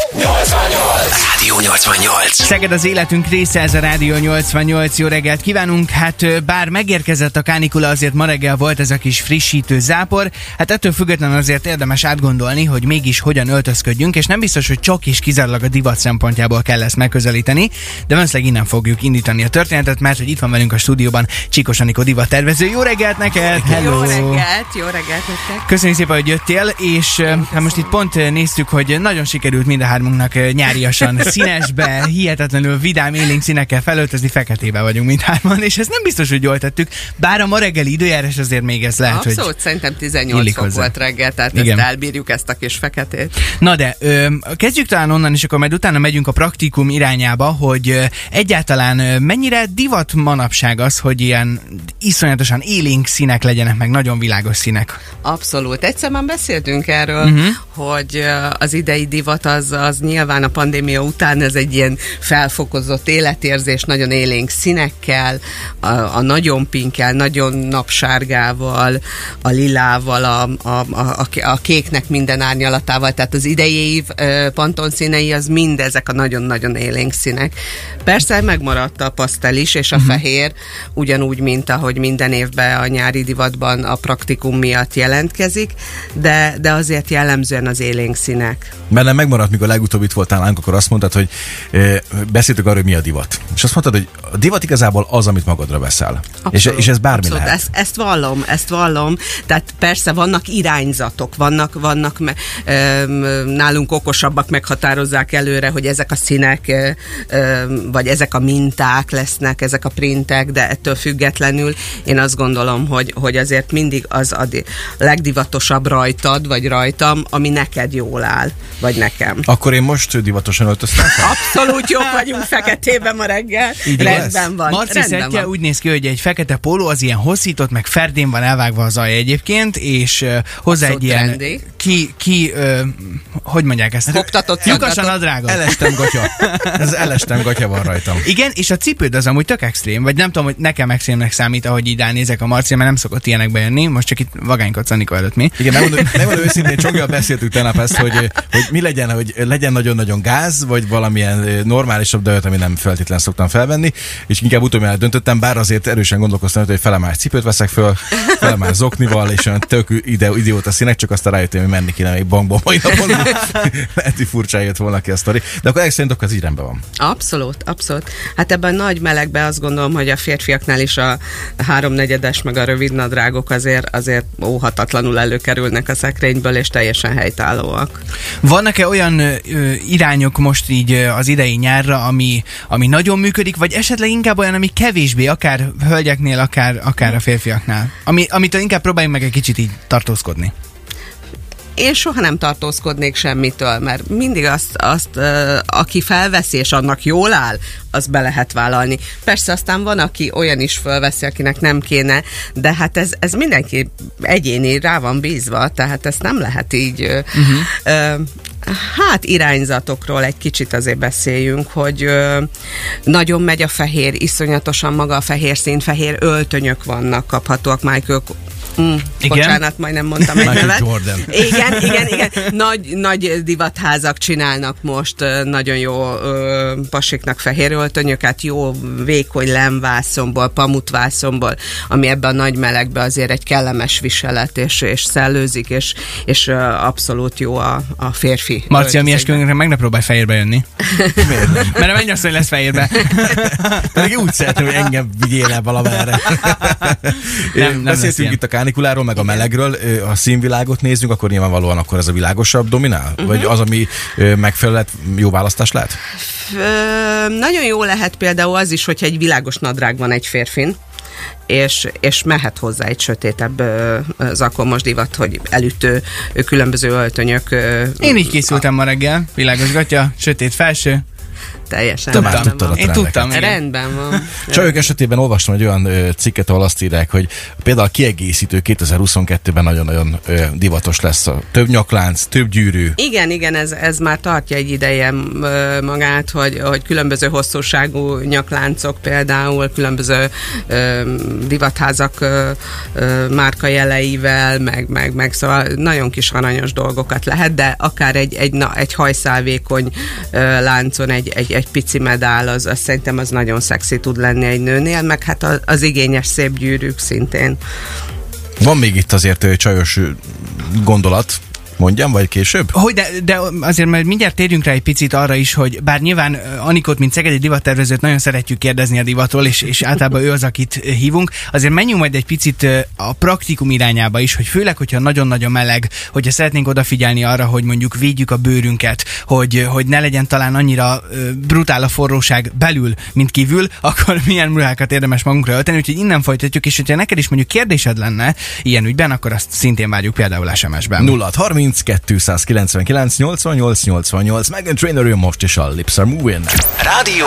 Rádió 88. Szeged az életünk része, ez a Rádió 88. Jó reggelt kívánunk! Hát bár megérkezett a kánikula, azért ma reggel volt ez a kis frissítő zápor. Hát ettől függetlenül azért érdemes átgondolni, hogy mégis hogyan öltözködjünk, és nem biztos, hogy csak és kizárólag a divat szempontjából kell ezt megközelíteni, de valószínűleg innen fogjuk indítani a történetet, mert hogy itt van velünk a stúdióban Csíkos Anikó divattervező. Jó reggelt neked! Hello. Jó reggelt nektek! Köszönjük szépen, hogy jöttél, és hát most itt pont néztük, hogy nagyon sikerült mind a hármunknak nyáriasan, színesbe, hihetetlenül vidám, élénk színekkel felöltözni, feketébe vagyunk mindhárman, és ezt nem biztos, hogy jól tettük, bár a ma reggeli időjárás azért még ez lehet, abszolút, hogy szerintem 18 fok volt reggel, tehát igen. Ezt elbírjuk, ezt a kis feketét. Na de, kezdjük talán onnan, és akkor majd utána megyünk a praktikum irányába, hogy egyáltalán mennyire divat manapság az, hogy ilyen iszonyatosan élénk színek legyenek, meg nagyon világos színek. Abszolút. Egyszer már beszéltünk erről, hogy az idei divat az nyilván a pandémia után ez egy ilyen felfokozott életérzés, nagyon élénk színekkel, a nagyon pinkkel, nagyon napsárgával, a lilával, a kéknek minden árnyalatával, tehát az idei év Pantone színei az mind ezek a nagyon-nagyon élénk színek. Persze megmaradt a pasztel is, és a fehér, ugyanúgy, mint ahogy minden évben a nyári divatban a praktikum miatt jelentkezik, de azért jellemzően az élénk színek. Bennem megmaradt, mikor legutóbb itt voltál nálunk, akkor azt mondtad, hogy beszéltük arról, hogy mi a divat. És azt mondtad, hogy a divat igazából az, amit magadra veszel. És ez bármi abszolút. Lehet. Ezt vallom. Tehát persze vannak irányzatok, vannak nálunk okosabbak meghatározzák előre, hogy ezek a színek, vagy ezek a minták lesznek, ezek a printek, de ettől függetlenül én azt gondolom, hogy azért mindig az a legdivatosabb rajtad, vagy rajtam, ami neked jól áll, vagy nekem. Akkor én most divatosan öltöztem? Abszolút jók vagyunk feketében ma reggel. Rendben van. Marci szettje úgy néz ki, hogy egy fekete póló, az ilyen hosszított, meg ferdén van elvágva az alja egyébként, és hozzá egy ilyen hogy mondják ezt? Koptatott lyukasan nadrágot. Elestem gatya. Ez elestem gatya van rajtam. Igen, és a cipőd az amúgy tök extrém, vagy nem tudom, hogy nekem extrémnek számít, ahogy így ránézek a Marci, mert nem szokott ilyenekbe jönni, most csak itt vagánykodsz Anikó előtt mi. Igen, megmondom őszintén, Csonggal beszéltük tegnap ezt, hogy mi legyen, hogy legyen nagyon-nagyon gáz, vagy valamilyen normálisabb dajat, ami nem feltétlen szoktam felvenni, és inkább utóbb döntöttem, bár azért erősen gondolkoztam, hogy felemás cipőt veszek föl, felemás zoknival, és olyan tök idióta színek, csak aztán rájöttem, hogy menni kéne még bankba mai napon. Lehet, hogy furcsán jött volna ki a sztori. De akkor szerint az így rendben van. Abszolút. Hát ebben a nagy melegben azt gondolom, hogy a férfiaknál is a 3/4-es meg a rövid nadrágok azért óhatatlanul előkerülnek a szekrényből, és teljesen helytállóak. Vannak-e olyan irányok most így az idei nyárra, ami nagyon működik, vagy esetleg inkább olyan, ami kevésbé, akár hölgyeknél, akár a férfiaknál? Amitől inkább próbáljunk meg egy kicsit így tartózkodni. Én soha nem tartózkodnék semmitől, mert mindig azt aki felveszi, és annak jól áll, az be lehet vállalni. Persze aztán van, aki olyan is felveszi, akinek nem kéne, de hát ez mindenki egyéni, rá van bízva, tehát ezt nem lehet így... Hát irányzatokról egy kicsit azért beszéljünk, hogy nagyon megy a fehér, iszonyatosan maga a fehér szín, fehér öltönyök vannak kaphatóak, Michael... bocsánat, majdnem mondtam egy nevet. Igen. Nagy divatházak csinálnak most nagyon jó pasiknak fehér öltönyöket, jó vékony lemvászonból, pamutvászonból, ami ebben a nagy melegben azért egy kellemes viselet, és szellőzik, és abszolút jó a férfi. Marcia, mi esküvőnkre meg ne próbálj fehérbe jönni. Mert a mennyasszony lesz fehérbe. Pedig úgy szeretném, hogy engem vigyél el valamerre. Nem beszéltünk itt a kánikuláról, meg a melegről, a színvilágot nézzünk, akkor nyilvánvalóan akkor ez a világosabb dominál? Vagy az, ami megfelelő, jó választás lehet? Nagyon jó lehet például az is, hogyha egy világos nadrág van egy férfin, és mehet hozzá egy sötétebb zakomos divat, hogy elütő különböző öltönyök. Én így készültem ma reggel, világos gatya, sötét felső. Teljesen. Te már tudtad. Én tudtam. Rendben van. Csajok esetében olvastam egy olyan cikket, ahol azt írják, hogy például a kiegészítő 2022-ben nagyon-nagyon divatos lesz. Több nyaklánc, több gyűrű. Igen, ez már tartja egy ideje magát, hogy különböző hosszúságú nyakláncok például, különböző divatházak márkajeleivel, meg szóval nagyon kis aranyos dolgokat lehet, de akár egy hajszálvékony láncon egy pici medál, az szerintem az nagyon szexi tud lenni egy nőnél, meg hát az igényes szép gyűrűk szintén. Van még itt azért csajos gondolat, mondjam, vagy később? Hogy, de azért majd mindjárt térjünk rá egy picit arra is, hogy bár nyilván Anikót, mint szegedi divattervezőt nagyon szeretjük kérdezni a divatról, és általában ő az, akit hívunk, azért menjünk majd egy picit a praktikum irányába is, hogy főleg, hogyha nagyon-nagyon meleg, hogyha szeretnénk odafigyelni arra, hogy mondjuk védjük a bőrünket, hogy ne legyen talán annyira brutál a forróság belül, mint kívül, akkor milyen ruhákat érdemes magunkra ölteni, úgyhogy innen folytatjuk, és hogyha neked is mondjuk kérdésed lenne ilyen ügyben, akkor azt szintén várjuk például SMS-ben. 0-30 299 88 88. Meghan Trainor most is a Lips Are Moving. Rádió.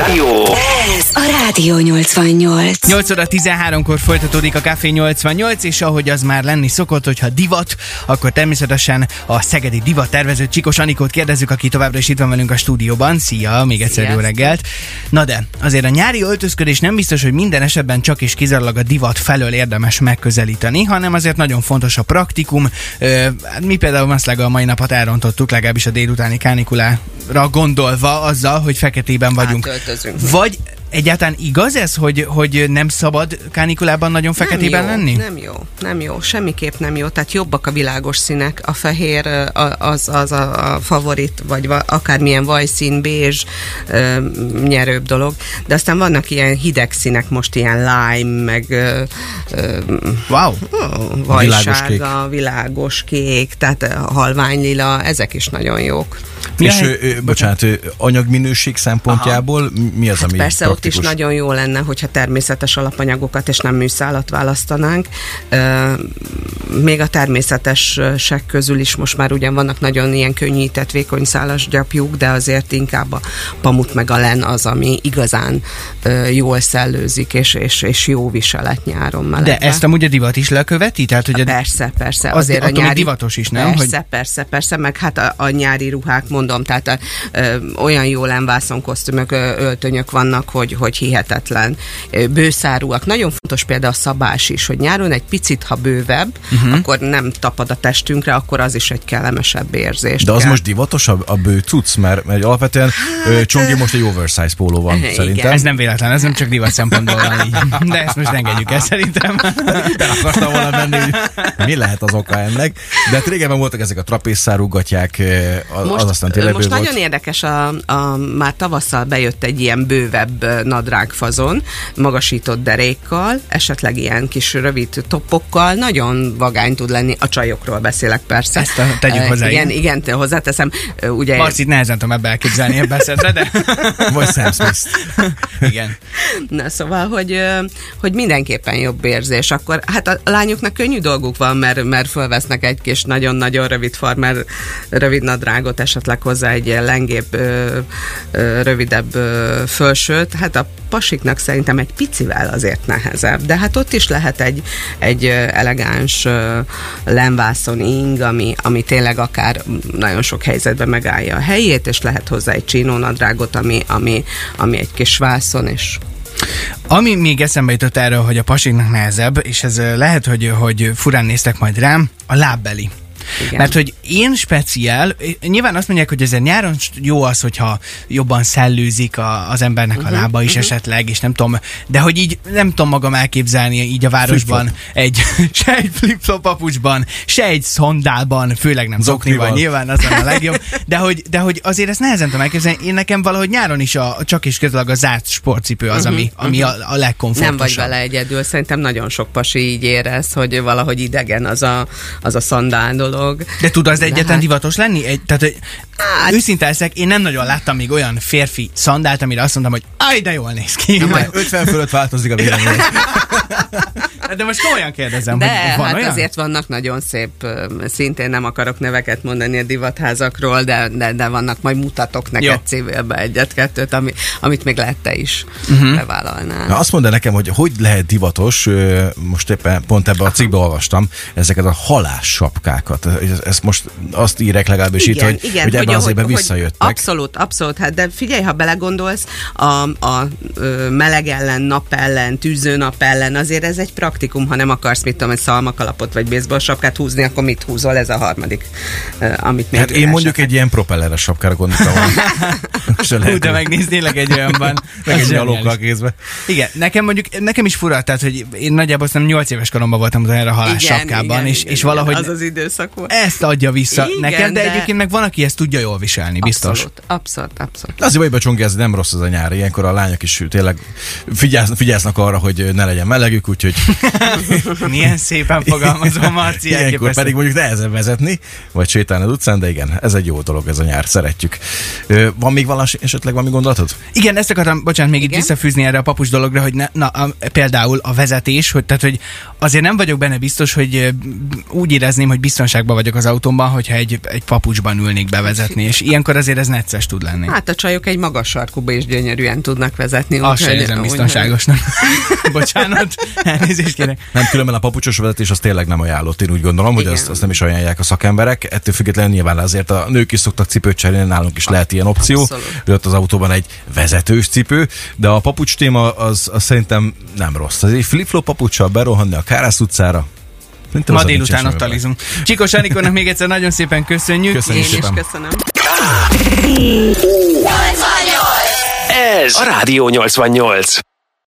Ez a Rádió 88. 8 óra 13-kor folytatódik a Café 88, és ahogy az már lenni szokott, hogyha divat, akkor természetesen a szegedi divattervező Csikos Anikót kérdezzük, aki továbbra is itt van velünk a stúdióban. Szia, még egyszer jó reggelt. Na de, azért a nyári öltözködés nem biztos, hogy minden esetben csak és kizárólag a divat felől érdemes megközelíteni, hanem azért nagyon fontos a praktikum. Mi például Maszlága a mai napot elrontottuk, legalábbis a délutáni kánikulára gondolva azzal, hogy feketében vagyunk. Vagy egyáltalán igaz ez, hogy nem szabad kánikulában nagyon feketében lenni? Nem jó, semmiképp nem jó. Tehát jobbak a világos színek, a fehér az a favorit, vagy akármilyen vajszín, bézs, nyerőbb dolog. De aztán vannak ilyen hideg színek, most ilyen lime, meg wow. vajsárga, világos kék, tehát halványlila, ezek is nagyon jók. És bocsánat, anyagminőség szempontjából mi az, ami persze praktikus? Ott is nagyon jó lenne, hogyha természetes alapanyagokat és nem műszálat választanánk. Még a természetesek közül is most már ugyan vannak nagyon ilyen könnyített, vékony szálas gyapjuk, de azért inkább a pamut meg a len az, ami igazán jól szellőzik, és jó viselet nyáron melegbe. De ezt amúgy a divat is leköveti? Tehát, hogy persze. Azért a nyári... divatos is, nem? Persze, meg hát a nyári ruhák, mondom, tehát olyan jó lenvászonkosztümök, öltönyök vannak, hogy hihetetlen. Bőszárúak. Nagyon fontos például a szabás is, hogy nyáron egy picit, ha bővebb, akkor nem tapad a testünkre, akkor az is egy kellemesebb érzés. De az most divatos a bő cucc, mert alapvetően Csongi most egy oversize póló van, szerintem. Ez nem véletlen, ez nem csak divat szempontból van így. De ezt most engedjük el, szerintem. De akartam volna menni, hogy mi lehet az oka ennek. De hát régebben voltak ezek a trapészszárú gatyák, az aztán tényleg most volt. nagyon érdekes, már tavasszal bejött egy ilyen bővebb nadrágfazon, magasított derékkal, esetleg ilyen kis rövid topokkal, nagyon vagány tud lenni, a csajokról beszélek persze. Ezt tegyük hozzá. Igen, hozzáteszem. Ugye... Marcit nehezen tudom ebbe elképzelni ebbe a de... Vagy Sam Smith. Igen. Na szóval, hogy mindenképpen jobb érzés. Akkor hát a lányoknak könnyű dolguk van, mert fölvesznek egy kis nagyon-nagyon rövid farmer, rövid nadrágot, esetleg hozzá egy ilyen lengébb, rövidebb fölsőt. Hát a pasiknak szerintem egy picivel azért nehezebb. De hát ott is lehet egy elegáns lenvászon ing, ami tényleg akár nagyon sok helyzetben megállja a helyét, és lehet hozzá egy csínónadrágot, ami egy kis vászon, és ami még eszembe jutott erről, hogy a pasiknak nehezebb, és ez lehet, hogy furán néztek majd rám, a lábbeli. Igen. Mert hogy én speciál, nyilván azt mondják, hogy ezért nyáron jó az, hogyha jobban szellőzik az embernek a lába is esetleg, és nem tudom, de hogy így nem tudom magam elképzelni így a városban se egy flip-flop papucsban, se egy szondálban, főleg nem zoknival, nyilván az a legjobb, de hogy azért ezt nehezen tudom elképzelni, én nekem valahogy nyáron is csak és közül a zárt sportcipő az, ami a legkomfortosabb. Nem vagy vele egyedül, szerintem nagyon sok pasi így érez, hogy valahogy idegen az a szondál dolog. De tud az egyetlen divatos lenni? Tehát, őszinte leszek, én nem nagyon láttam még olyan férfi szandált, amire azt mondtam, hogy aj, de jól néz ki. Na, majd 50 fölött változik a vélemény. De most komolyan kérdezem, de hogy van hát olyan? azért vannak nagyon szép, szintén nem akarok neveket mondani a divatházakról, de vannak, majd mutatok neked civilbe egyet-kettőt, amit még lehet te is bevállalnál. Na, azt mondd nekem, hogy lehet divatos, most éppen pont ebben a cikkben olvastam, ezeket a halássapkákat. Ezt most azt írek legalábbis igen, itt, igen, hogy ebben az évben visszajöttek. Abszolút, hát de figyelj, ha belegondolsz, a meleg ellen, nap ellen, tűzőnap ellen, azért ez egy praktikum, ha nem akarsz, mit tudom, egy szalmakalapot vagy baseball sapkát húzni, akkor mit húzol? Ez a harmadik, amit még... Hát én mondjuk egy ilyen propelleres sapkára gondoltam. Hú, de megnéznélek egy olyanban. Meg egy nyalókkal kézbe. Igen, nekem is fura, tehát, hogy én nagyjából 8 éves koromban voltam utoljára halás sapkában, és valahogy az időszak volt. ezt adja vissza nekem, de egyébként meg van, aki ezt tudja jól viselni, biztos. Abszolút. Azért bajban Csongi, ez nem rossz az a nyár, ilyenkor a lányok is tényleg figyelznek arra, hogy ne legyen melegük, úgyhogy... Milyen szépen fogalmazom, Marci, ilyenkor pedig mondjuk nehezen vezetni, vagy sétálni az utcán, de igen, ez egy jó dolog, ez a nyár, szeretjük. Van még esetleg valami gondolatod? Igen, ezt akartam, bocsánat, még itt visszafűzni erre a papucs dologra, hogy például a vezetés, hogy azért nem vagyok benne biztos, hogy úgy érezném, hogy biztonságban vagyok az autómban, hogyha egy papucsban ülnék bevezetni, és ilyenkor azért ez necces tud lenni. Hát a csajok egy magas sarkuba is gyönyörűen tudnak vezetni. Azt sem érzem biztonságosnak. Bocsánat, elnézést kérek. Nem, különben a papucsos vezetés az tényleg nem ajánlott, én úgy gondolom, hogy azt nem is ajánlják a szakemberek. Ettől függetlenül nyilván azért a nők is szoktak cipőt cserélni, nálunk is lehet ilyen opció. Jött az autóban egy vezetős cipő, de a papucs téma az szerintem nem rossz. Az egy flip-flop papuccsal berohanni a Kárász utcára. Ma délután ott alizunk. Csikós Anikónak még egyszer nagyon szépen köszönjük. Én is köszönöm. Ez a Rádió 88.